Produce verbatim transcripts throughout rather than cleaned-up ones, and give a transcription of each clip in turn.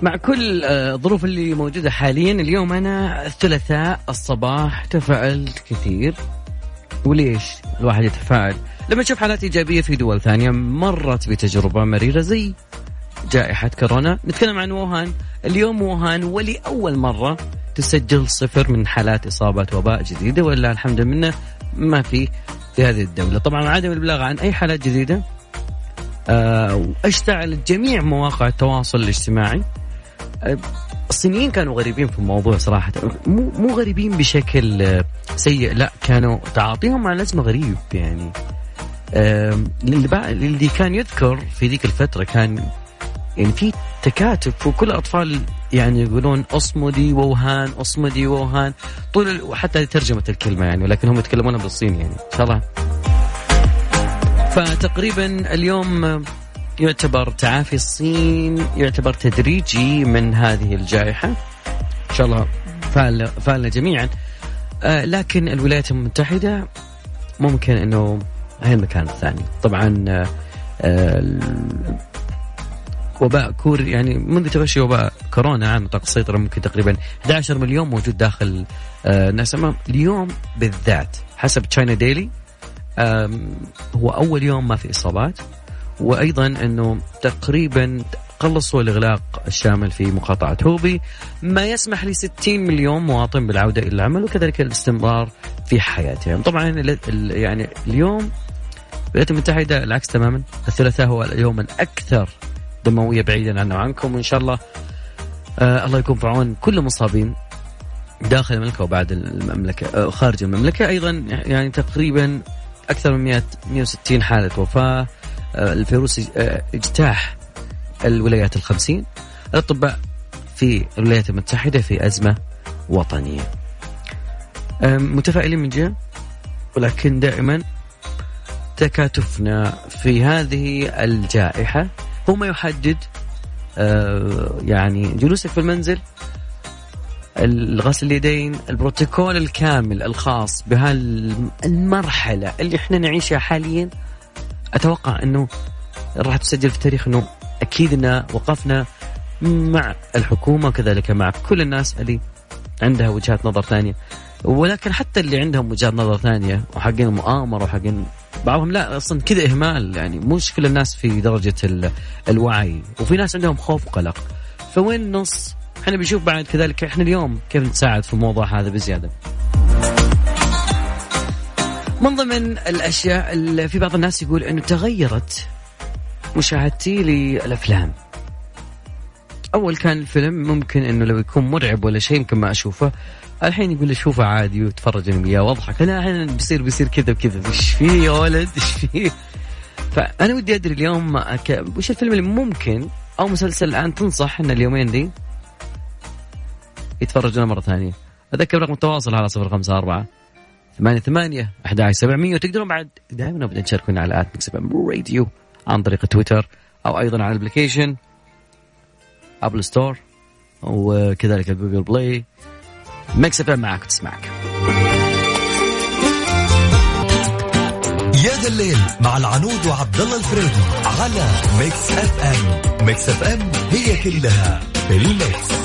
مع كل الظروف اللي موجودة حاليا اليوم أنا الثلاثاء الصباح تفاعلت كثير. وليش الواحد يتفاعل؟ لما تشوف حالات إيجابية في دول ثانية مرت بتجربة مريرة زي جائحة كورونا. نتكلم عن ووهان. اليوم ووهان ولأول مرة تسجل صفر من حالات إصابة وباء جديدة، ولا الحمد لله ما في في هذه الدولة. طبعا عدم البلاغ عن أي حالات جديدة اشتعلت جميع مواقع التواصل الاجتماعي. الصينيين كانوا غريبين في الموضوع صراحة، مو مو غريبين بشكل سيء، لا كانوا تعاطيهم مع الأزمة غريب يعني. اللي كان يذكر في ذيك الفترة كان يعني في تكاتف، وكل أطفال يعني يقولون أصمدي ووهان أصمدي ووهان طول، وحتى ترجمة الكلمة يعني، ولكن هم يتكلمونها بالصيني يعني إن شاء الله. فتقريبا اليوم يعتبر تعافي الصين يعتبر تدريجي من هذه الجائحة إن شاء الله فعل فعلنا جميعا. آه لكن الولايات المتحدة ممكن أنه هي المكان الثاني. طبعا آه وباء كور يعني منذ تفشي وباء كورونا عن نطاق السيطرة ممكن تقريبا أحد عشر مليون موجود داخل آه الناس. اليوم بالذات حسب تشاينا ديلي هو أول يوم ما في إصابات، وأيضا أنه تقريبا قلصوا الإغلاق الشامل في مقاطعة هوبي، ما يسمح لستين مليون مواطن بالعودة إلى العمل وكذلك الاستمرار في حياتهم. طبعا يعني اليوم الولايات المتحدة العكس تماما. الثلاثاء هو اليوم الأكثر دموية بعيدا عنا وعنكم، وإن شاء الله آه الله يكون في عون كل المصابين داخل المملكة وبعد المملكة خارج المملكة. أيضا يعني تقريبا أكثر من مئة مئة وستين حالة وفاة. الفيروس اجتاح الولايات الخمسين. الأطباء في الولايات المتحدة في أزمة وطنية. متفائلين من جهة، ولكن دائما تكاتفنا في هذه الجائحة هو ما يحدد يعني جلوسك في المنزل، الغسل اليدين، البروتوكول الكامل الخاص بهالمرحلة اللي احنا نعيشها حاليا. أتوقع أنه راح تسجل في التاريخ أنه أكيد أننا وقفنا مع الحكومة وكذلك مع كل الناس اللي عندها وجهات نظر ثانية. ولكن حتى اللي عندهم وجهات نظر ثانية وحقين المؤامرة وحقين بعضهم لا أصلا كذا إهمال، يعني مش كل الناس في درجة الوعي، وفي ناس عندهم خوف وقلق. فوين النص؟ احنا بنشوف بعد كذلك احنا اليوم كيف نساعد في الموضوع هذا بزيادة. من ضمن الأشياء اللي في بعض الناس يقول أنه تغيرت مشاهدتي للأفلام. أول كان الفيلم ممكن أنه لو يكون مرعب ولا شيء يمكن ما أشوفه، الحين يقول لي شوفه عادي وتفرج أنا وياه واضحك. أنا الحين بيصير بيصير كذا وكذا، إيش فيه يا ولد إيش فيه؟ فأنا ودي أدري اليوم وش الفيلم اللي ممكن أو مسلسل الآن تنصح أن اليومين دي يتفرجنا مرة ثانية. أذكر رقم التواصل على صفر خمسة أربعة ثمانية ثمانية أحد عشر سبعمية، وتقدرون بعد دائما أبدا تشاركونا على آت ميكس إف إم راديو عن طريق تويتر أو أيضا على الابليكيشن أبل ستور وكذلك جوجل بلاي. ميكس إف إم معك وتسمعك. يا ذا الليل مع العنود وعبد الله الفريدي على ميكس إف إم. ميكس إف إم هي كلها الميكس.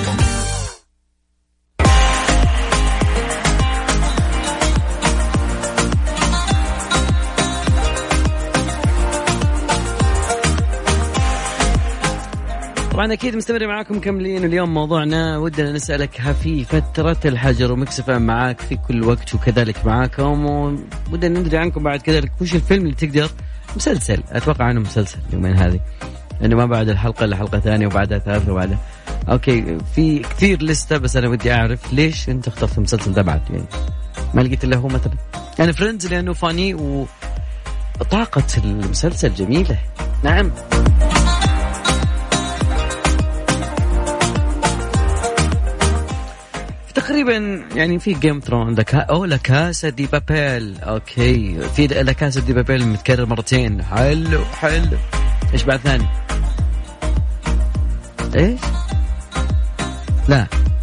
طبعا أكيد مستمر معاكم مكملين. اليوم موضوعنا ودنا نسألك ها في فترة الحجر، وميكس إف إم معاك في كل وقت وكذلك معاكم، ودنا ندري عنكم بعد كذلك وش الفيلم اللي تقدر مسلسل. أتوقع أنه مسلسل يومين هذه، أنه ما بعد الحلقة إلا حلقة ثانية وبعدها ثالثة وبعدها أوكي في كثير لستة. بس أنا ودي أعرف ليش أنت اخترت المسلسل ده بعد، يعني ما لقيت إلا هو مثلا يعني فريندز لأنه فاني وطاقة المسلسل جميلة. نعم تقريبا يعني في جيم ثرون عندك او لا كاسا دي بابيل. اوكي في لا كاسا دي بابيل متكرر مرتين. حلو حلو. ايش بعد ثاني؟ ايش لا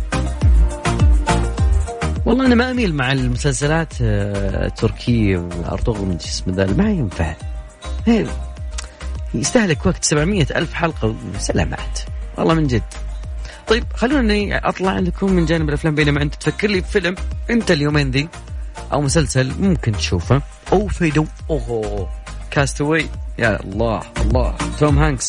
والله انا ما اميل مع المسلسلات التركيه ارطغرل من جسم ذا ما ينفع. يستهلك وقت سبعمية ألف حلقه وسلامات والله من جد. طيب خلوني أطلع لكم من جانب الأفلام بينما أنت تفكر لي بفيلم أنت اليومين ذي أو مسلسل ممكن تشوفه أو فيدو. أوه كاستوي، يا الله الله، توم هانكس.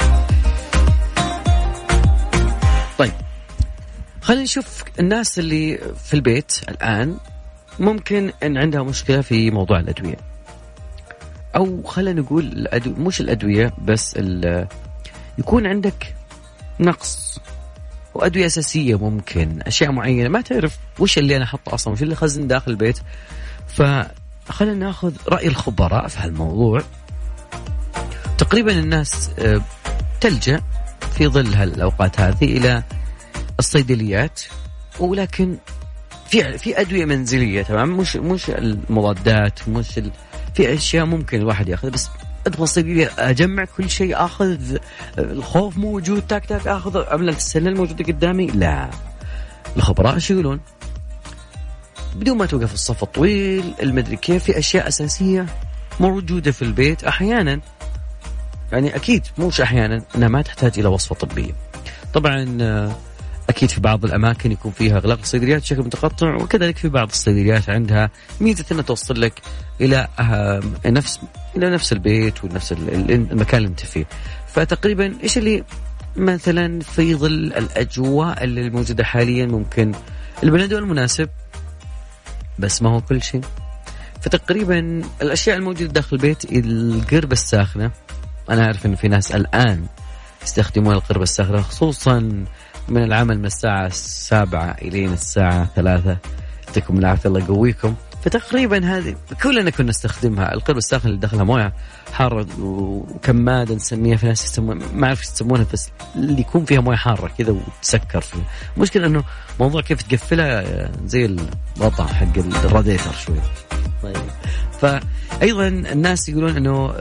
طيب خلينا نشوف الناس اللي في البيت الآن ممكن أن عندها مشكلة في موضوع الأدوية، أو خلينا نقول الأدو... مش الأدوية بس ال... يكون عندك نقص وأدوية أساسية، ممكن أشياء معينة ما تعرف وش اللي أنا حطه أصلا وش اللي خزن داخل البيت. فخلينا نأخذ رأي الخبراء في هالموضوع. تقريبا الناس تلجأ في ظل هالأوقات هذه إلى الصيدليات، ولكن في في أدوية منزلية تمام، مش مش المضادات، مش ال... في أشياء ممكن الواحد يأخذ، بس أدخل الصيدلية أجمع كل شيء، أخذ الخوف موجود تاك تاك أخذ عملة السلة الموجودة قدامي. لا، الخبراء شو يقولون؟ بدون ما توقف الصف الطويل المدري كيف، في أشياء أساسية موجودة في البيت أحيانا، يعني أكيد مش أحيانا أنها ما تحتاج إلى وصفة طبية. طبعا أكيد في بعض الأماكن يكون فيها إغلاق الصيدليات بشكل متقطع، وكذلك في بعض الصيدليات عندها ميزة أنها توصل لك إلى نفس إلى نفس البيت ونفس المكان اللي أنت فيه. فتقريبا إيش اللي مثلا في ظل الأجواء اللي الموجودة حاليا ممكن البنادول المناسب، بس ما هو كل شيء. فتقريبا الأشياء الموجودة داخل البيت، القربة الساخنة، أنا أعرف إن في ناس الآن يستخدمون القربة الساخنة خصوصا من العمل من الساعة السابعة إلين الساعة ثلاثة، يعطيكم العافية الله يقويكم. فتقريبا هذه كلنا كنا نستخدمها، القربة الساخنة اللي داخلها موية حارة وكمادة نسميها، في ناس يسمون ما أعرف يسمونها، بس اللي يكون فيها موية حارة كذا وتسكر فيها. مشكلة إنه موضوع كيف تقفلها زي الغطاء حق الراديتر شوي. طيب فأيضا الناس يقولون إنه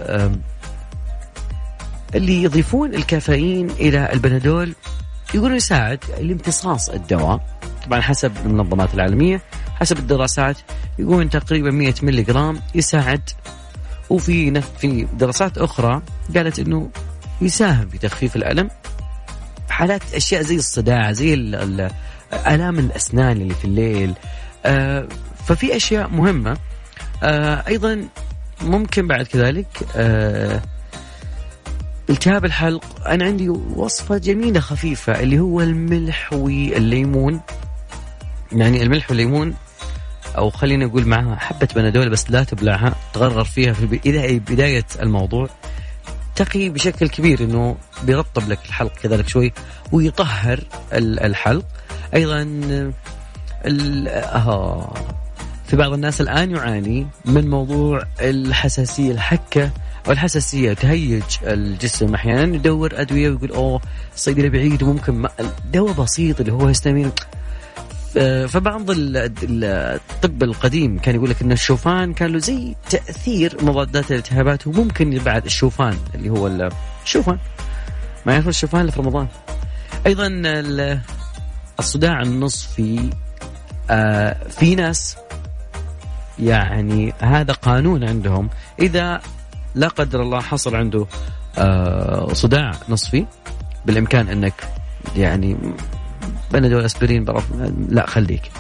اللي يضيفون الكافيين إلى البنادول يقولون يساعد لامتصاص الدواء. طبعا حسب المنظمات العالمية، حسب الدراسات، يقولون تقريبا مية ملي جرام يساعد، وفي في دراسات أخرى قالت إنه يساهم في تخفيف الألم، حالات أشياء زي الصداع، زي آلام الأسنان اللي في الليل. آه ففي أشياء مهمة. آه أيضا ممكن بعد كذلك آه التهاب الحلق. أنا عندي وصفة جميلة خفيفة اللي هو الملح والليمون، يعني الملح والليمون، أو خلينا نقول معها حبة بنادول بس لا تبلعها، تغرغر فيها في إذا بداية الموضوع، تقي بشكل كبير إنه بيرطب لك الحلق كذلك شوي ويطهر الحلق. أيضا آه في بعض الناس الآن يعاني من موضوع الحساسية، الحكة أو الحساسية تهيج الجسم، أحيانا يدور أدوية ويقول أوه الصيدلية بعيد وممكن دواء بسيط اللي هو هيستامين. فبعض الطب القديم كان يقول لك إن الشوفان كان له زي تأثير مضادات الالتهابات، وممكن بعد الشوفان اللي هو الشوفان ما يعرف الشوفان اللي في رمضان. أيضا الصداع النصفي، في ناس يعني هذا قانون عندهم، إذا لا قدر الله حصل عنده صداع نصفي بالإمكان أنك يعني بنادول أسبرين برف لا خليك.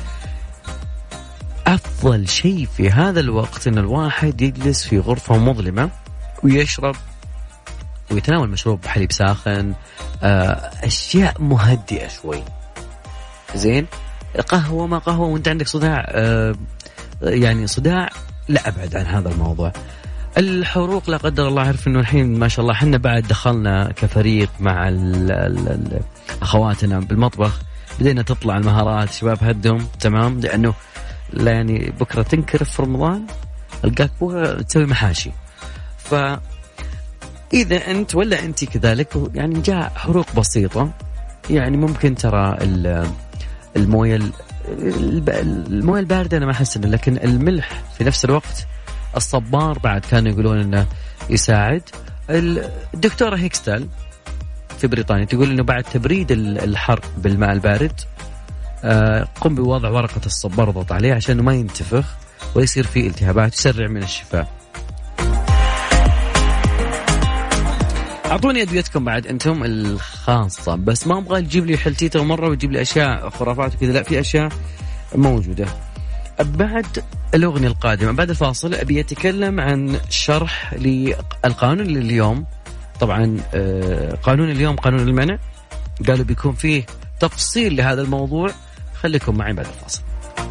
أفضل شيء في هذا الوقت أن الواحد يجلس في غرفة مظلمة ويشرب ويتناول مشروب حليب ساخن، أشياء مهدئة شوي، زين، قهوة ما قهوة وانت عندك صداع، يعني صداع، لا أبعد عن هذا الموضوع. الحروق لا قدر الله، عارف انه الحين ما شاء الله حنا بعد دخلنا كفريق مع ال ال ال اخواتنا بالمطبخ، بدينا تطلع المهارات، شباب هدهم تمام، لانه لا يعني بكره تنكر في رمضان القاك بكره تسوي محاشي. فاذا انت ولا انت كذلك يعني جاء حروق بسيطه، يعني ممكن ترى المويه المويه البارده انا ما احس، لكن الملح في نفس الوقت، الصبار بعد كانوا يقولون انه يساعد. الدكتورة هيكستال في بريطانيا تقول انه بعد تبريد الحرق بالماء البارد قم بوضع ورقة الصبار وضغط عليه عشان ما ينتفخ ويصير فيه التهابات، يسرع من الشفاء. أعطوني أدويتكم بعد أنتم الخاصة، بس ما أبغى تجيب لي حلتيته مرة وتجيب لي أشياء خرافات وكذا، لا في أشياء موجودة. بعد الأغنية القادمة بعد الفاصل أبي أتكلم عن شرح للقانون اليوم. طبعا قانون اليوم قانون المنع، قالوا بيكون فيه تفصيل لهذا الموضوع. خليكم معي بعد الفاصل.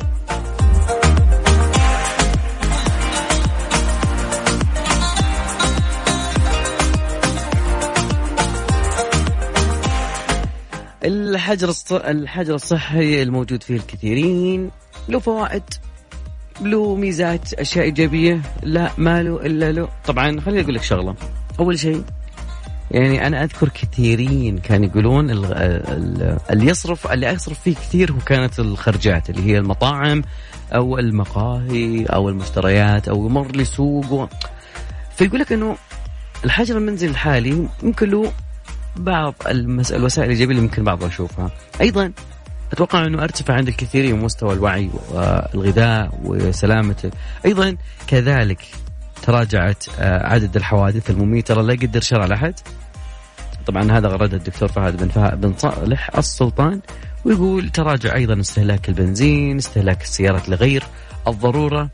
الحجر الحجر الصحي الموجود فيه الكثيرين له فوائد، له ميزات، أشياء إيجابية، لا ما له إلا له. طبعا خليني أقول لك شغلة. أول شيء يعني أنا أذكر كثيرين كانوا يقولون اللي يصرف اللي أصرف فيه كثير هو كانت الخرجات اللي هي المطاعم أو المقاهي أو المشتريات أو يمر لي سوق و... فيقول لك إنه الحجر المنزلي الحالي يمكن له بعض المس... الوسائل الإيجابية اللي ممكن بعض أشوفها. أيضا أتوقع أنه أرتفع عند الكثيرين مستوى الوعي والغذاء وسلامته. أيضا كذلك تراجعت عدد الحوادث المميتة، لا يقدر شرع لأحد. طبعا هذا غرد الدكتور فهد بن فهد بن صالح السلطان، ويقول تراجع أيضا استهلاك البنزين، استهلاك السيارات لغير الضرورة.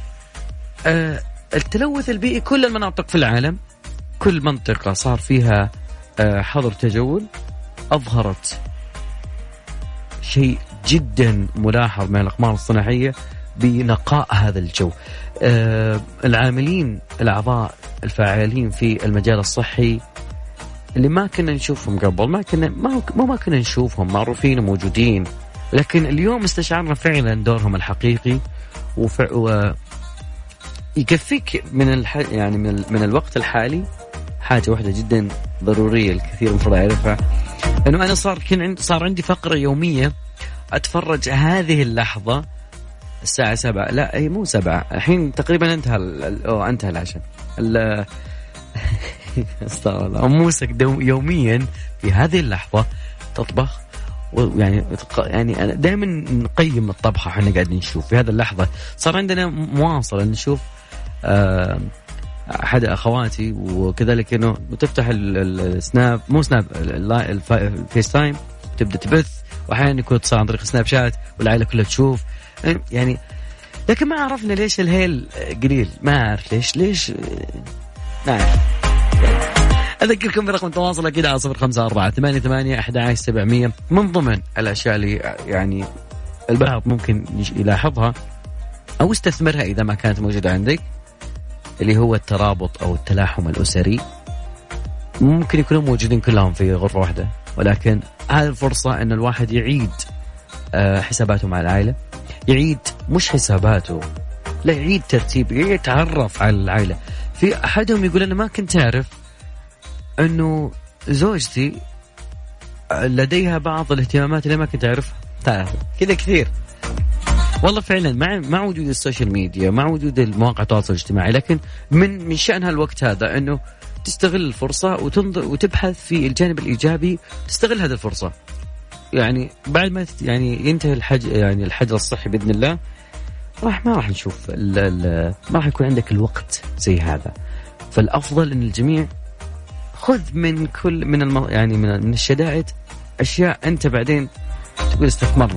التلوث البيئي، كل المناطق في العالم كل منطقة صار فيها حظر تجول أظهرت شيء جدا ملاحظ من الأقمار الصناعية بنقاء هذا الجو. آه العاملين الأعضاء الفاعلين في المجال الصحي اللي ما كنا نشوفهم قبل، ما كنا ما ما, ما كنا نشوفهم معروفين وموجودين، لكن اليوم استشعرنا فعلا دورهم الحقيقي. وفع و يكفيك من الح... يعني من, ال... من الوقت الحالي حاجة واحدة جدا ضرورية الكثير المفروض يعرفها، إنه أنا صار كن عند... صار عندي فقرة يومية أتفرج هذه اللحظة الساعة سبعة، لا أي مو سبعة، الحين تقريبا انتهى ال... أو انتهى العشاء ال... استغفر الله، أموسك يوميا في هذه اللحظة تطبخ، ويعني يعني أنا دائما نقيم الطبخة احنا قاعدين نشوف في هذه اللحظة. صار عندنا مواصلة نشوف آه أحد أخواتي وكذلك إنه تفتح السناب مو سناب الفيس تايم تبدأ تبث، وأحيانا يكون اتصال عن طريق سناب شات والعائلة كلها تشوف يعني. لكن ما عرفنا ليش الهيل قليل، ما أعرف ليش ليش ما أعرف. أذكركم برقم التواصل أكيد على صفر خمسة أربعة ثمانية ثمانية أحد عشر سبعمية. من ضمن الأشياء اللي يعني البعض ممكن يلاحظها أو استثمرها إذا ما كانت موجودة عندك، اللي هو الترابط أو التلاحم الأسري. ممكن يكونوا موجودين كلهم في غرفة واحدة، ولكن هذه الفرصة أن الواحد يعيد حساباته مع العائلة، يعيد مش حساباته لا يعيد ترتيب، يتعرف على العائلة. في أحدهم يقول أنا ما كنت أعرف أنه زوجتي لديها بعض الاهتمامات اللي ما كنت أعرفها. تعرف كذا كثير والله فعلا مع مع وجود السوشيال ميديا، مع وجود المواقع التواصل الاجتماعي، لكن من من شأنها الوقت هذا أنه تستغل الفرصة وتنظر وتبحث في الجانب الإيجابي، تستغل هذه الفرصة. يعني بعد ما يعني ينتهي الحج يعني الحجر الصحي بإذن الله، راح ما راح نشوف ال ال ما راح يكون عندك الوقت زي هذا. فالأفضل أن الجميع خذ من كل من الم يعني من من الشدائد أشياء أنت بعدين تقول استثمرنا.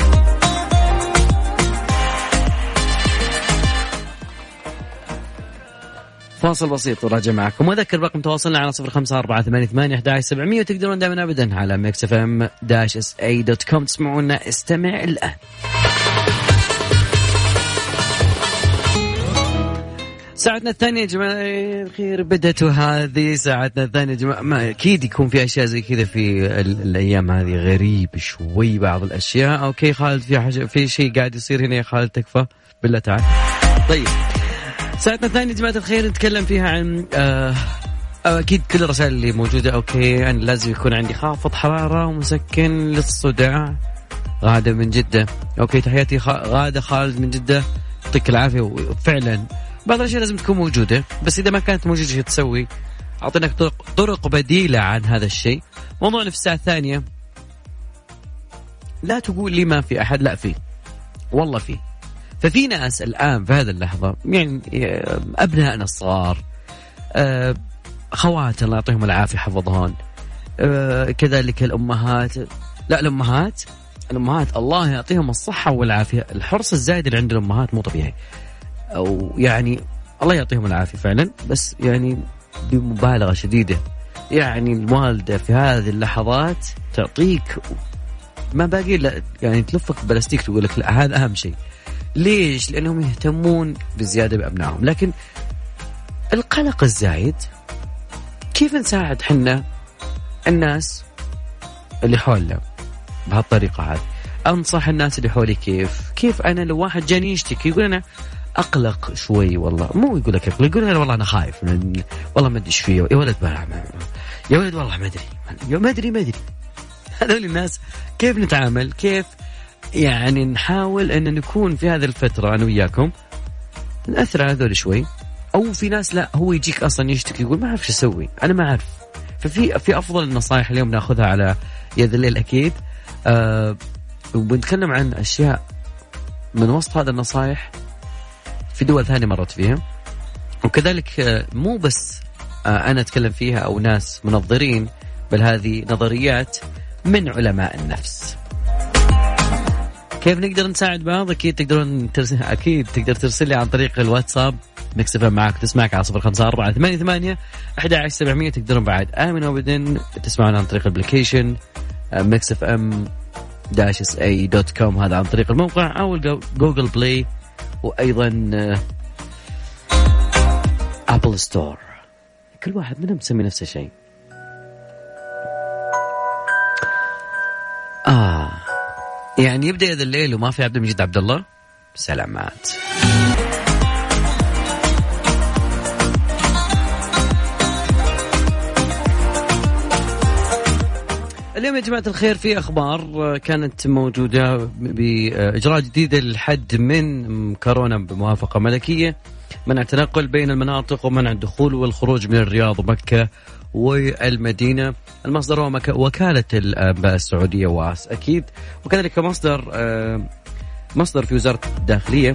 فاصل بسيط وراجع معكم، وأذكر رقم تواصلنا على صفر خمسة أربعة ثمانية ثمانية أحد عشر سبعمية، وتقدرون دائما أبدا على ميكس اف ام داش اس اي دوت كوم تسمعونا. استمع الآن. ساعتنا الثانية يا جماعة الخير بدأت، وهذه ساعتنا الثانية يا جماعة. ما أكيد يكون في أشياء زي كذا في الأيام هذه، غريب شوي بعض الأشياء. أوكي خالد، في حاجة في شيء قاعد يصير هنا يا خالد، تكفى بالله تعال. طيب ساعتنا الثانية يا جماعة الخير نتكلم فيها عن آه أكيد كل الرسائل اللي موجودة. أوكي أنا لازم يكون عندي خافض حرارة ومسكن للصداع. غادة من جدة، أوكي تحياتي غادة خالد من جدة، يعطيك العافية. وفعلا بعض الأشياء لازم تكون موجودة، بس إذا ما كانت موجودة شيء تسوي، أعطيناك طرق, طرق بديلة عن هذا الشيء. موضوعنا في الساعة الثانية، لا تقول لي ما في أحد، لا فيه والله فيه. ففي ناس الآن في هذه اللحظة يعني أبنائنا الصغار خوات الله يعطيهم العافية حفظهن، آه كذلك الأمهات، لا الأمهات الأمهات الله يعطيهم الصحة والعافية. الحرص الزايد اللي عند الأمهات مو طبيعي، أو يعني الله يعطيهم العافية فعلا، بس يعني بمبالغة شديدة. يعني الوالدة في هذه اللحظات تعطيك ما باقي لا يعني تلفك بلاستيك تقول لك لا هذا أهم شيء. ليش؟ لأنهم يهتمون بزيادة بأبنائهم. لكن القلق الزايد كيف نساعد حنا الناس اللي حولنا بهالطريقة هذه؟ أنصح الناس اللي حولي كيف كيف أنا لو واحد جاني يشتكي يقول أنا أقلق شوي، والله مو يقول لك أقلق، يقول أنا والله أنا خايف من والله ما أدري إيش فيه، يا ولد يا ولد والله ما أدري ما أدري ما أدري. هذول الناس كيف نتعامل؟ كيف يعني نحاول أن نكون في هذه الفترة أنا وياكم نأثر على هذول شوي. أو في ناس لا هو يجيك أصلا يشتكي يقول ما أعرف شو أسوي، أنا ما أعرف. ففي في أفضل النصائح اليوم نأخذها على يد الليل أكيد، أه وبنتكلم عن أشياء من وسط هذا النصائح في دول ثانية مرت فيها، وكذلك مو بس أنا أتكلم فيها أو ناس منظرين، بل هذه نظريات من علماء النفس. كيف نقدر نساعد بعض؟ أكيد تقدرون ترسل، أكيد تقدر ترسل لي عن طريق الواتساب ميكس اف ام معك، تسمعك على صفر خمسة أربعة ثمانية ثمانية أحد عشر سبعمية. تقدرون بعد آمن وبدن تسمعون عن طريق الابليكيشن ميكس اف ام داش اس اي دوت كوم، هذا عن طريق الموقع أو جوجل بلاي، وأيضا أبل ستور. كل واحد منهم مسمي نفسه شيء. آه يعني يبدأ هذا الليل وما في عبد المجيد عبد الله. سلامات. اليوم يا جماعة الخير في أخبار كانت موجودة بإجراء جديد للحد من كورونا بموافقة ملكية، منع التنقل بين المناطق ومنع الدخول والخروج من الرياض ومكة والمدينة. المصدر هو وكالة الأنباء السعودية واس أكيد، وكذلك مصدر مصدر في وزارة الداخلية.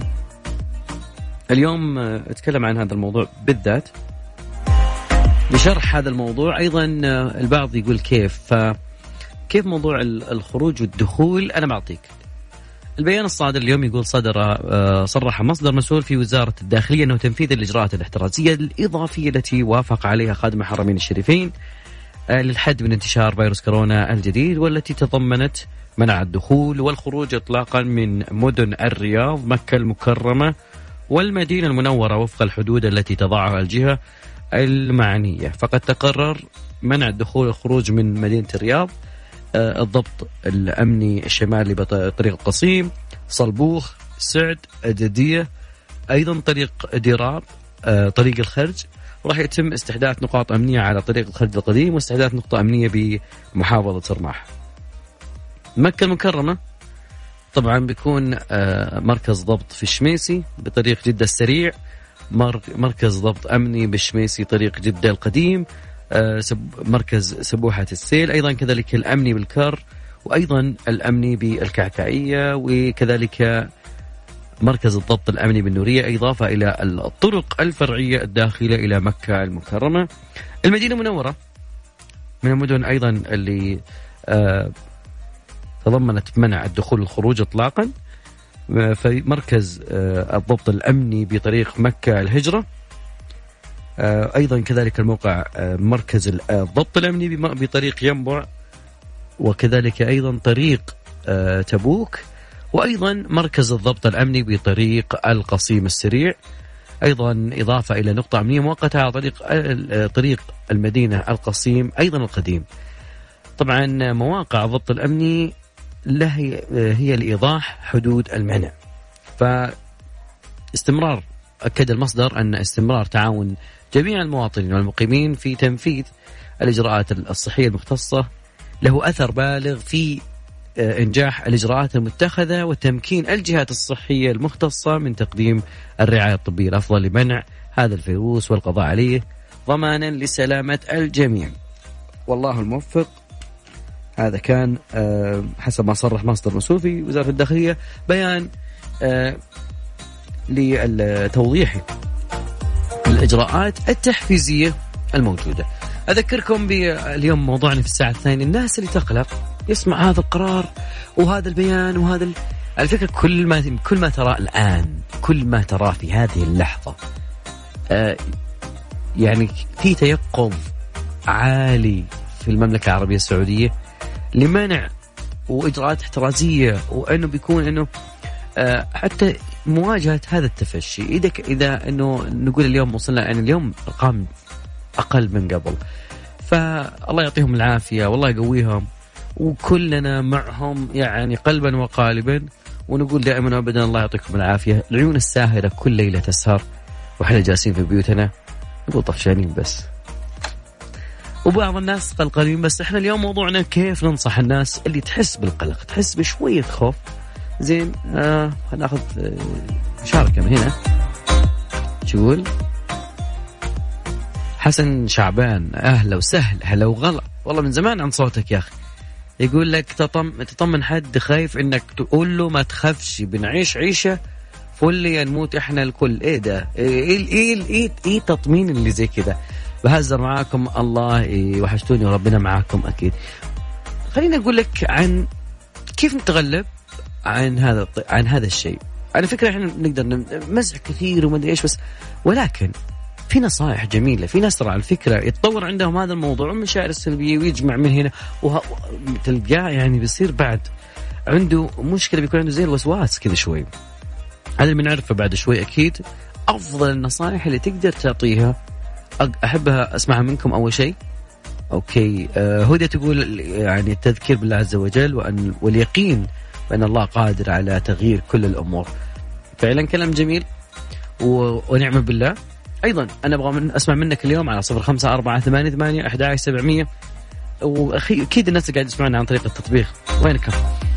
اليوم اتكلم عن هذا الموضوع بالذات بشرح هذا الموضوع. أيضا البعض يقول كيف كيف موضوع الخروج والدخول. أنا بعطيك البيان الصادر اليوم. يقول صدر صرح مصدر مسؤول في وزارة الداخلية أنه تنفيذ الإجراءات الاحترازية الإضافية التي وافق عليها خادم الحرمين الشريفين للحد من انتشار فيروس كورونا الجديد، والتي تضمنت منع الدخول والخروج إطلاقا من مدن الرياض، مكة المكرمة والمدينة المنورة وفق الحدود التي تضعها الجهة المعنية. فقد تقرر منع الدخول والخروج من مدينة الرياض، الضبط الأمني الشمالي بطريق القصيم، صلبوخ، سعد، أددية، أيضا طريق ديراب، طريق الخرج. راح يتم استحداث نقاط أمنية على طريق الخرج القديم واستحداث نقطة أمنية بمحافظة رماح. مكة المكرمة طبعا بيكون مركز ضبط في الشميسي بطريق جدة السريع، مركز ضبط أمني بالشميسي طريق جدة القديم، مركز سبوحة السيل، أيضا كذلك الأمني بالكر، وأيضا الأمني بالكعكعية، وكذلك مركز الضبط الأمني بالنورية، إضافة إلى الطرق الفرعية الداخلة إلى مكة المكرمة. المدينة المنورة من المدن أيضا اللي آه تضمنت منع الدخول والخروج إطلاقا، في مركز آه الضبط الأمني بطريق مكة الهجرة، آه أيضا كذلك الموقع آه مركز الضبط الأمني بطريق ينبع، وكذلك أيضا طريق آه تبوك، وأيضا مركز الضبط الأمني بطريق القصيم السريع، أيضا إضافة إلى نقطة أمنية مؤقتة على طريق طريق المدينة القصيم أيضا القديم. طبعا مواقع الضبط الأمني له هي لإيضاح حدود المنع. فاستمرار أكد المصدر أن استمرار تعاون جميع المواطنين والمقيمين في تنفيذ الإجراءات الصحية المختصة له أثر بالغ في إنجاح الإجراءات المتخذة وتمكين الجهات الصحية المختصة من تقديم الرعاية الطبية الأفضل لمنع هذا الفيروس والقضاء عليه ضمانا لسلامة الجميع. والله الموفق. هذا كان حسب ما صرح مصدر مسؤول في وزارة الداخلية بيان لتوضيح الإجراءات التحفيزية الموجودة. أذكركم باليوم موضوعنا في الساعة الثانية، الناس اللي تقلق يسمع هذا القرار وهذا البيان وهذا ال... على فكرة كل ما كل ما ترى الآن، كل ما ترى في هذه اللحظة آه يعني في تيقظ عالي في المملكة العربية السعودية لمنع وإجراءات احترازية، وأنه بيكون أنه آه حتى مواجهة هذا التفشي. إذا إذا أنه نقول اليوم وصلنا أن اليوم أرقام أقل من قبل، فالله يعطيهم العافية والله يقويهم، وكلنا معهم يعني قلبا وقالبا، ونقول دائما وابدا الله يعطيكم العافية. العيون الساهرة كل ليلة تسهر وإحنا جالسين في بيوتنا نقول طفشانين بس، وبعض الناس قلقانين بس. إحنا اليوم موضوعنا كيف ننصح الناس اللي تحس بالقلق، تحس بشوية خوف. زين آه هناخذ آه مشاركة من هنا. شقول حسن شعبان، أهلا وسهلا، هلا وغلا، والله من زمان عن صوتك يا أخي. يقول لك تطم... تطمن حد خايف إنك تقول له ما تخافش بنعيش عيشة فل نموت إحنا الكل. إيه ده؟ إيه إيه إيه, إيه تطمين اللي زي كذا؟ بهزر معاكم الله، إيه وحشتوني وربنا معاكم أكيد. خليني أقول لك عن كيف نتغلب عن هذا عن هذا الشيء. على فكرة إحنا نقدر نمزح كثير وما أدري إيش، بس ولكن في نصائح جميلة. في ناس على الفكرة يتطور عندهم هذا الموضوع والمشاعر السلبية ويجمع من هنا وتلقاه يعني بيصير بعد عنده مشكلة، بيكون عنده زي الوسواس كذا شوي. هذا اللي بنعرفه بعد شوي أكيد. أفضل النصائح اللي تقدر تعطيها أحبها أسمعها منكم. أول شيء أوكي آه هدى تقول يعني التذكير بالله عز وجل وأن واليقين بأن الله قادر على تغيير كل الأمور. فعلا كلام جميل ونعم بالله. أيضا أنا أبغى من أسمع منك اليوم على صفر خمسة أربعة ثمانية ثمانية أحد عشر سبعمية، وأخي أكيد الناس اللي قاعد يسمعنا عن طريق التطبيق وينكم؟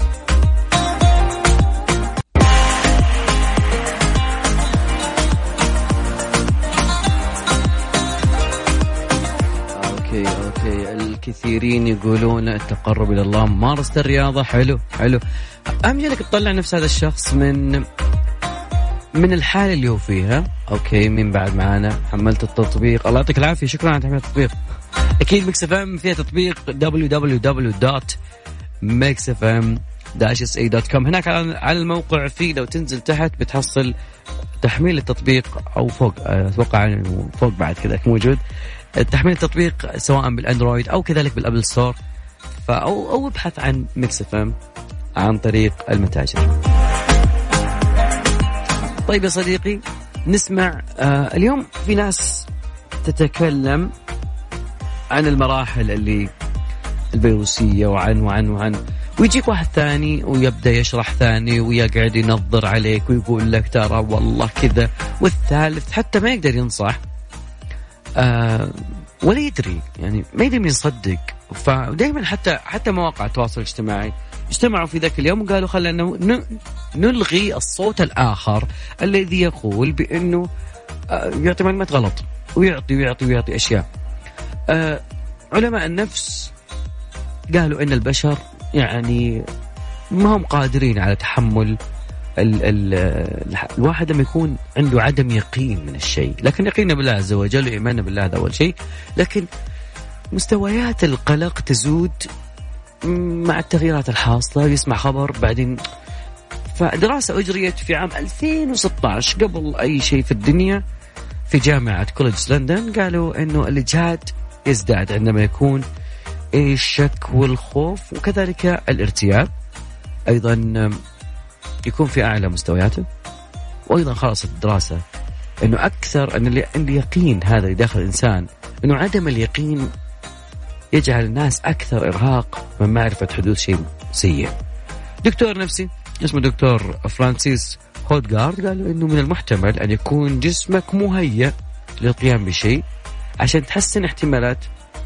أوكي أوكي الكثيرين يقولون التقرب إلى الله، ممارسة الرياضة. حلو حلو. أهم شيء إنك تطلع نفس هذا الشخص من من الحالة اللي هو فيها. أوكي مين بعد معانا؟ حملت التطبيق، الله يعطيك العافية، شكرا على تحميل التطبيق. أكيد ميكس اف ام فيها تطبيق دبليو دبليو دبليو دوت ميكس اف ام داش اس اي دوت كوم. هناك على الموقع فيه لو تنزل تحت بتحصل تحميل التطبيق، أو فوق أتوقع فوق بعد كذا موجود تحميل التطبيق سواء بالأندرويد أو كذلك بالأبل ستور. فأو أو ابحث عن ميكس اف ام عن طريق المتاجر. طيب يا صديقي نسمع آه اليوم في ناس تتكلم عن المراحل اللي الفيروسية وعن وعن وعن ويجيك واحد ثاني ويبدأ يشرح ثاني ويقعد ينظر عليك ويقول لك ترى والله كذا، والثالث حتى ما يقدر ينصح آه ولا يدري، يعني ما يدري من يصدق. فدائما حتى حتى مواقع التواصل الاجتماعي اجتمعوا في ذاك اليوم وقالوا خلينا نلغي الصوت الآخر الذي يقول بأنه يعطي معلومات غلط ويعطي ويعطي ويعطي أشياء. أه علماء النفس قالوا إن البشر يعني ما هم قادرين على تحمل ال ال الواحد لما يكون عنده عدم يقين من الشيء، لكن يقيننا بالله عز وجل وإيماننا بالله هذا أول شيء، لكن مستويات القلق تزود مع التغييرات الحاصلة. يسمع خبر بعدين. فدراسة أجريت في عام ألفين وستة عشر قبل أي شيء في الدنيا في جامعة كوليدج لندن، قالوا أنه الإجهاد يزداد عندما يكون الشك والخوف وكذلك الارتياب أيضا يكون في أعلى مستوياته. وأيضا خلصت الدراسة أنه أكثر أن اليقين هذا اللي داخل الإنسان، أنه عدم اليقين يجعل الناس أكثر إرهاق من معرفة حدوث شيء سيء. دكتور نفسي اسمه دكتور فرانسيس هودغارد قالوا إنه من المحتمل أن يكون جسمك مهيأ للقيام بشيء عشان تحسن احتمالات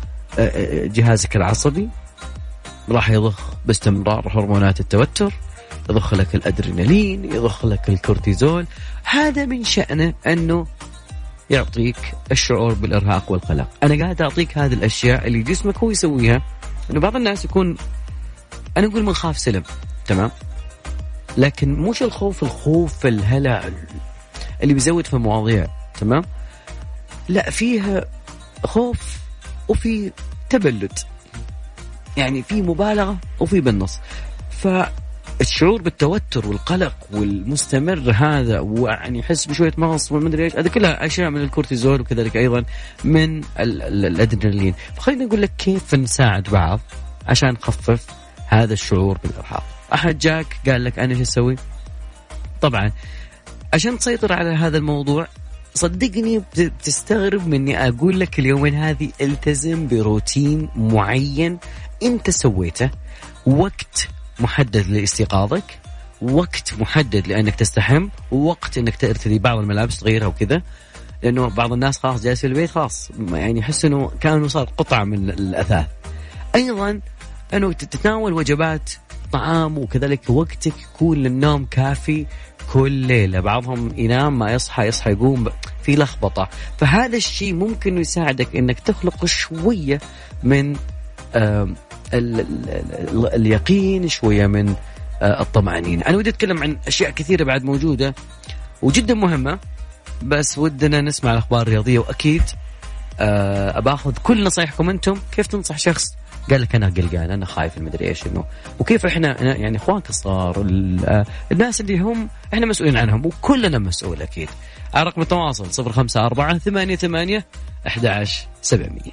جهازك العصبي راح يضخ باستمرار هرمونات التوتر، يضخ لك الأدرينالين، يضخ لك الكورتيزول. هذا من شأنه أنه يعطيك الشعور بالإرهاق والقلق. أنا قاعد أعطيك هذه الأشياء اللي جسمك هو يسويها. إنه بعض الناس يكون أنا أقول من خاف سلم، تمام، لكن مش الخوف الخوف الهلع اللي بيزود في المواضيع، تمام، لا، فيها خوف وفي تبلد، يعني في مبالغة وفي بالنص. فالشعور بالتوتر والقلق والمستمر هذا، ويعني يحس بشوية مغص والمدري ايش، هذا كلها أشياء من الكورتيزول وكذلك أيضا من الأدرينالين. فخلينا نقول لك كيف نساعد بعض عشان نخفف هذا الشعور بالإرهاق. أحد جاك قال لك أنا شو أسوي؟ طبعا عشان تسيطر على هذا الموضوع صدقني بتستغرب مني أقول لك اليومين هذه التزم بروتين معين أنت سويته، وقت محدد لاستيقاظك، وقت محدد لأنك تستحم، ووقت أنك ترتدي بعض الملابس تغيرها وكذا، لأنه بعض الناس خلاص جالس في البيت خلاص يعني يحس أنه كانوا صار قطعة من الأثاث. أيضا أنه تتناول وجبات طعام، وكذلك وقتك يكون للنوم كافي كل ليلة. بعضهم ينام ما يصحى يصحى يقوم في لخبطة، فهذا الشيء ممكن يساعدك أنك تخلق شوية من آه ال ال ال اليقين، شوية من آه الطمأنينة. أنا ودي أتكلم عن أشياء كثيرة بعد موجودة وجدا مهمة، بس ودنا نسمع الأخبار الرياضية، وأكيد آه أباخذ كل نصايحكم أنتم. كيف تنصح شخص قال لك أنا قلقان أنا خايف المدري إيش إنه، وكيف إحنا يعني إخوانك الصغار الناس اللي هم إحنا مسؤولين عنهم، وكلنا مسؤول أكيد. على رقم التواصل صفر خمسة أربعة ثمانية ثمانية أحد عشر سبعمية.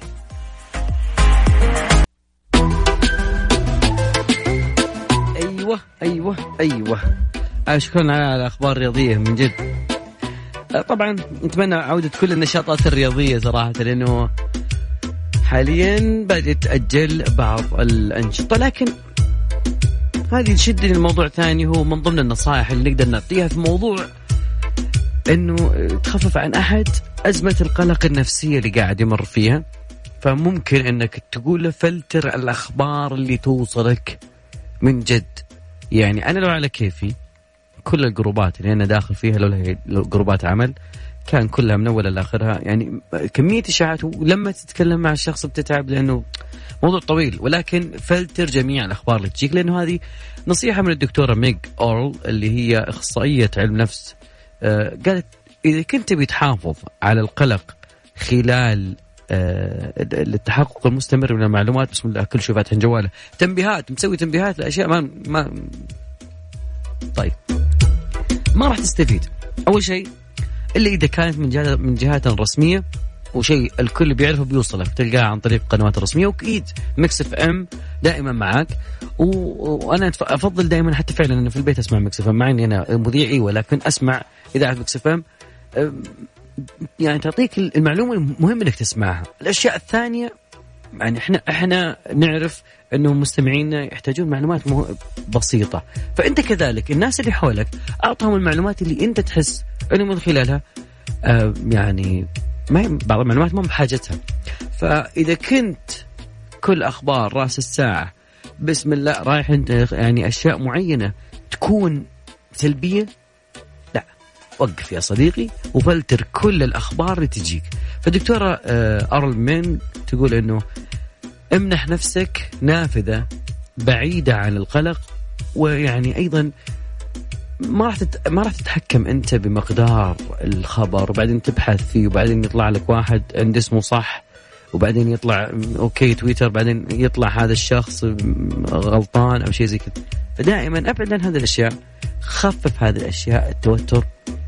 أيوة أيوة أيوة شكرا على الأخبار الرياضية من جد. طبعا نتمنى عودة كل النشاطات الرياضية صراحة، لأنه حاليا بدأت تأجل بعض الأنشطة، لكن هذه تشدني الموضوع ثاني. هو من ضمن النصائح اللي نقدر نعطيها في موضوع أنه تخفف عن أحد أزمة القلق النفسية اللي قاعد يمر فيها. فممكن أنك تقول له فلتر الأخبار اللي توصلك من جد. يعني أنا لو على كيفي كل الجروبات اللي أنا داخل فيها لو هي جروبات عمل كان كلها من أولها لآخرها يعني كمية إشاعات، ولما تتكلم مع الشخص بتتعب لأنه موضوع طويل. ولكن فلتر جميع الأخبار اللي تجيك، لأنه هذه نصيحة من الدكتورة ميغ أورل اللي هي أخصائية علم نفس. آه قالت إذا كنت بتحافظ على القلق خلال آه التحقق المستمر من المعلومات، بسم الله كل شيء فاتح جواله تنبيهات، مسوي تنبيهات لأشياء ما ما طيب ما راح تستفيد. أول شيء اللي إذا كانت من جهة من جهات رسمية وشيء الكل بيعرفه بيوصلك تلقاه عن طريق قنوات رسمية، وأكيد ميكس اف ام دائما معاك. و... وأنا أفضل دائما حتى فعلا أنا في البيت أسمع ميكس اف ام، مع إني أنا مذيعي ولكن أسمع إذاعة ميكس اف ام، يعني تعطيك المعلومة المهم إنك تسمعها. الأشياء الثانية يعني إحنا إحنا نعرف إنه مستمعينا يحتاجون معلومات مه... بسيطة، فأنت كذلك الناس اللي حولك أعطهم المعلومات اللي أنت تحس إنه من خلالها آه يعني ما بعض المعلومات ما بحاجتها. فإذا كنت كل أخبار رأس الساعة بسم الله رايح أنت يعني أشياء معينة تكون سلبية، لا وقف يا صديقي وفلتر كل الأخبار اللي تجيك. فالدكتورة آه أرل مين تقول إنه امنح نفسك نافذة بعيدة عن القلق، ويعني أيضا ما راح تت... ما راح تتحكم أنت بمقدار الخبر، وبعدين تبحث فيه وبعدين يطلع لك واحد عنده اسمه صح، وبعدين يطلع أوكي تويتر بعدين يطلع هذا الشخص غلطان أو شيء زي كذا. فدائما أبعد عن هذه الأشياء، خفف هذه الأشياء التوتر.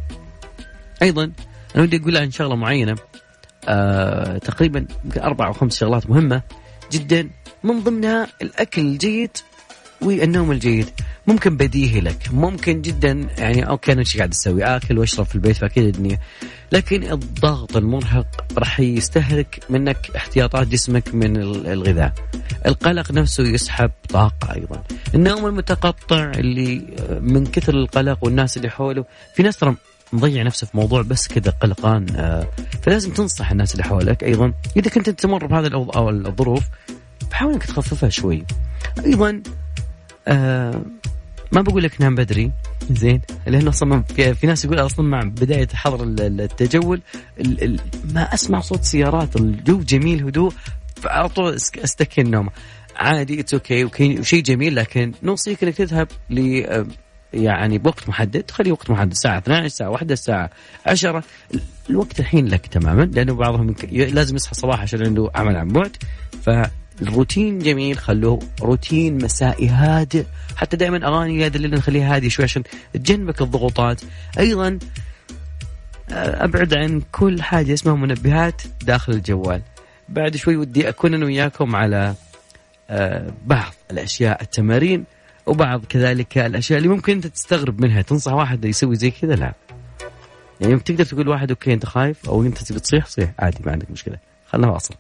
أيضا أنا ودي أقول عن شغلة معينة آه... تقريبا أربع أو خمس شغلات مهمة جدا، من ضمنها الأكل الجيد والنوم الجيد. ممكن بديهي لك، ممكن جدا يعني أوكي أنا شي قاعد أسوي أكل وأشرب في البيت فأكيد الدنيا، لكن الضغط المرهق راح يستهلك منك احتياطات جسمك من الغذاء. القلق نفسه يسحب طاقة. أيضا النوم المتقطع اللي من كثر القلق والناس اللي حوله، في ناس ترى مضيع نفسه في موضوع بس كذا قلقان، فلازم تنصح الناس اللي حولك. أيضا إذا كنت تمر بهذه الظروف فحاول انك تخففها شوي. ايضا آه ما بقول لك نام بدري زين، لانه اصلا في ناس يقول اصلا مع بدايه حظر التجول ما اسمع صوت سيارات، الجو جميل هدوء فعلى طول استكين النوم عادي، اتس اوكي وشيء جميل، لكن نوصيك انك تذهب ل يعني بوقت محدد، خليه وقت محدد، الساعة اثناشر، الساعة واحدة، الساعة عشرة، الوقت الحين لك تماما، لأنه بعضهم لازم يصحى الصباح عشان عنده عمل عن بعد. فالروتين جميل، خلوه روتين مسائي هادئ، حتى دائما أغاني هذا اللي نخليها هادي شوي عشان تجنبك الضغوطات. أيضا أبعد عن كل حاجة اسمها منبهات داخل الجوال. بعد شوي ودي أكون أنا وياكم على بعض الأشياء، التمارين، وبعض كذلك الأشياء اللي ممكن أنت تستغرب منها. تنصح واحد يسوي زي كذا؟ لا، يعني تقدر تقول واحد أوكي أنت خايف أو أنت تبي تصيح صيح عادي، ما عندك مشكلة. خلنا واصل.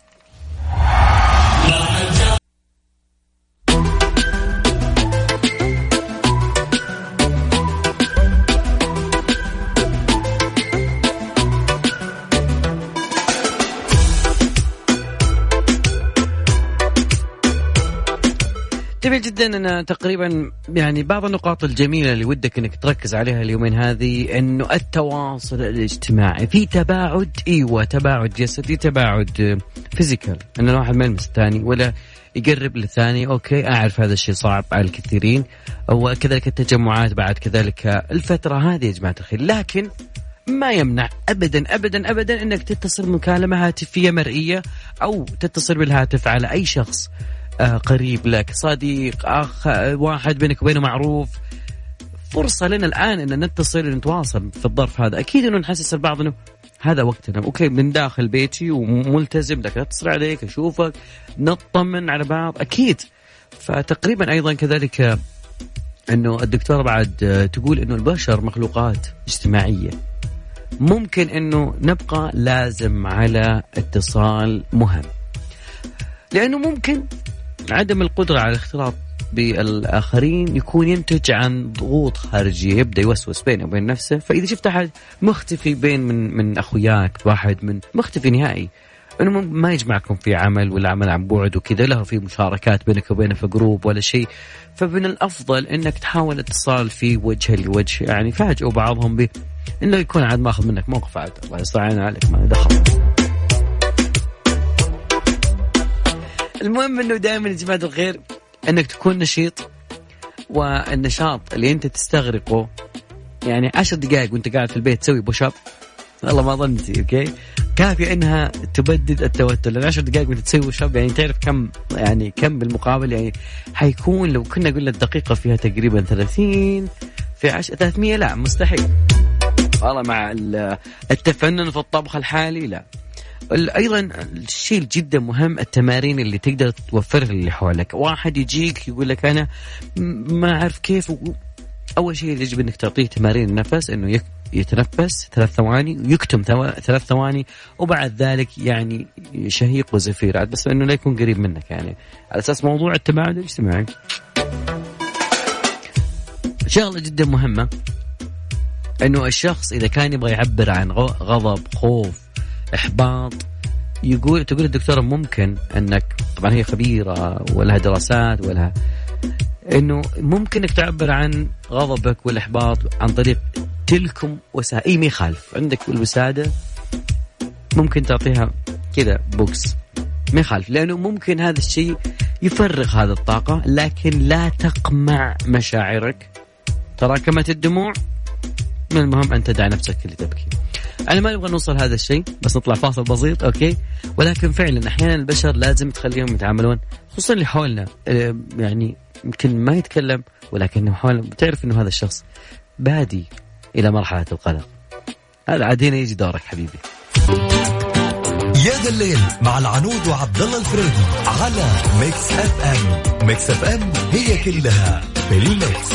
جميل جدا. أنا تقريبا يعني بعض النقاط الجميلة اللي ودك أنك تركز عليها اليومين هذه، أنه التواصل الاجتماعي في تباعد، إيوه تباعد جسدي، تباعد فيزيكال، أن الواحد ما يلمس الثاني ولا يقرب للثاني. أوكي أعرف هذا الشيء صعب على الكثيرين، وكذلك التجمعات بعد كذلك الفترة هذه يا جماعة الخير، لكن ما يمنع أبدا أبدا أبدا أنك تتصل مكالمة هاتفية مرئية أو تتصل بالهاتف على أي شخص قريب لك، صديق، أخ، واحد بينك وبينه معروف. فرصة لنا الآن أن نتصل ونتواصل في الظرف هذا. أكيد أنه نحسس البعض أنه هذا وقتنا، أوكي من داخل بيتي وملتزم لك، أتصل عليك أشوفك نطمن على بعض أكيد. فتقريبا أيضا كذلك أنه الدكتورة بعد تقول أنه البشر مخلوقات اجتماعية، ممكن أنه نبقى لازم على اتصال مهم، لأنه ممكن عدم القدرة على الاختلاط بالآخرين يكون ينتج عن ضغوط خارجية، يبدأ يوسوس بينه وبين نفسه. فإذا شفت أحد مختفي بين من من أخوياك، واحد من مختفي نهائي، إنه ما يجمعكم في عمل ولا عمل عن بعد وكذا، له في مشاركات بينك وبينه في جروب ولا شيء، فمن الأفضل إنك تحاول اتصال في وجه لوجه. يعني فاجئوا بعضهم به إنه يكون عاد ماخذ منك موقف، عاد الله يستعين عليك ما دخل. المهم إنه دائما يا جماعة الخير أنك تكون نشيط، والنشاط اللي أنت تستغرقه يعني عشر دقائق وأنت قاعد في البيت تسوي بوشاب، والله ما ظنتي أوكي كافي إنها تبدد التوتر. لأن عشر دقائق وأنت تسوي بوشاب يعني تعرف كم يعني كم بالمقابل يعني حيكون لو كنا قلنا الدقيقة فيها تقريبا ثلاثين في عشر ثلاثمية، لا مستحيل والله. مع التفنن في الطبخ الحالي لا. أيضا الشيء جدا مهم التمارين اللي تقدر توفرها اللي حولك. واحد يجيك يقول لك أنا ما أعرف كيف، أول شيء يجب أنك تعطيه تمارين النفس، أنه يتنفس ثلاث ثواني ويكتم ثلاث ثواني، وبعد ذلك يعني شهيق وزفير، بس أنه لا يكون قريب منك، يعني على أساس موضوع التباعد الاجتماعي. شغلة جدا مهمة أنه الشخص إذا كان يبغى يعبر عن غضب، خوف، إحباط، يقول تقول الدكتورة ممكن أنك، طبعا هي خبيرة ولها دراسات ولها، أنه ممكن أنك تعبر عن غضبك والإحباط عن طريق تلكم وسائل. ما يخالف، عندك الوسادة ممكن تعطيها كذا بوكس، ما يخالف، لأنه ممكن هذا الشيء يفرغ هذا الطاقة، لكن لا تقمع مشاعرك. تراكمت الدموع، من المهم أن تدع نفسك لتبكي. أنا ما نبغى نوصل هذا الشيء، بس نطلع فاصل بسيط أوكي. ولكن فعلا أحيانا البشر لازم تخليهم يتعاملون، خصوصا اللي حولنا يعني يمكن ما يتكلم ولكن حولنا بتعرف إنه هذا الشخص بادي إلى مرحلة القلق. هذا عادينا يجي دورك حبيبي. يا ذا الليل مع العنود وعبد الله الفريدي على ميكس اف ام. ميكس اف ام هي كلها في الميكس.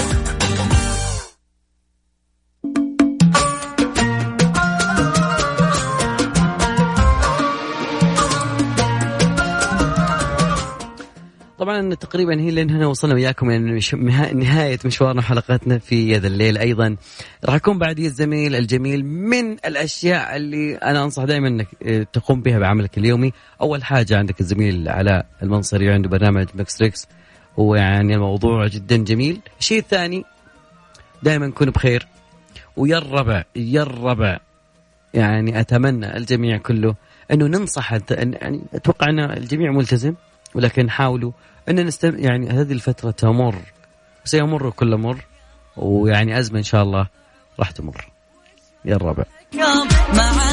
طبعا تقريبا هي لين هنا وصلنا وياكم يعني نهاية مشوارنا حلقتنا في يد الليل. أيضا راح يكون بعدي الزميل الجميل. من الأشياء اللي أنا أنصح دائما أنك تقوم بها بعملك اليومي، أول حاجة عندك الزميل علاء المنصري عنده برنامج ميكستريكس، ويعني الموضوع جدا جميل. الشيء الثاني دائما كن بخير، ويا الربع يا الربع يعني أتمنى الجميع كله أنه ننصح، يعني أتوقع أن الجميع ملتزم، ولكن حاولوا أن نستم يعني هذه الفترة تمر، سيمر كل مر، ويعني أزمة إن شاء الله راح تمر. يا الربع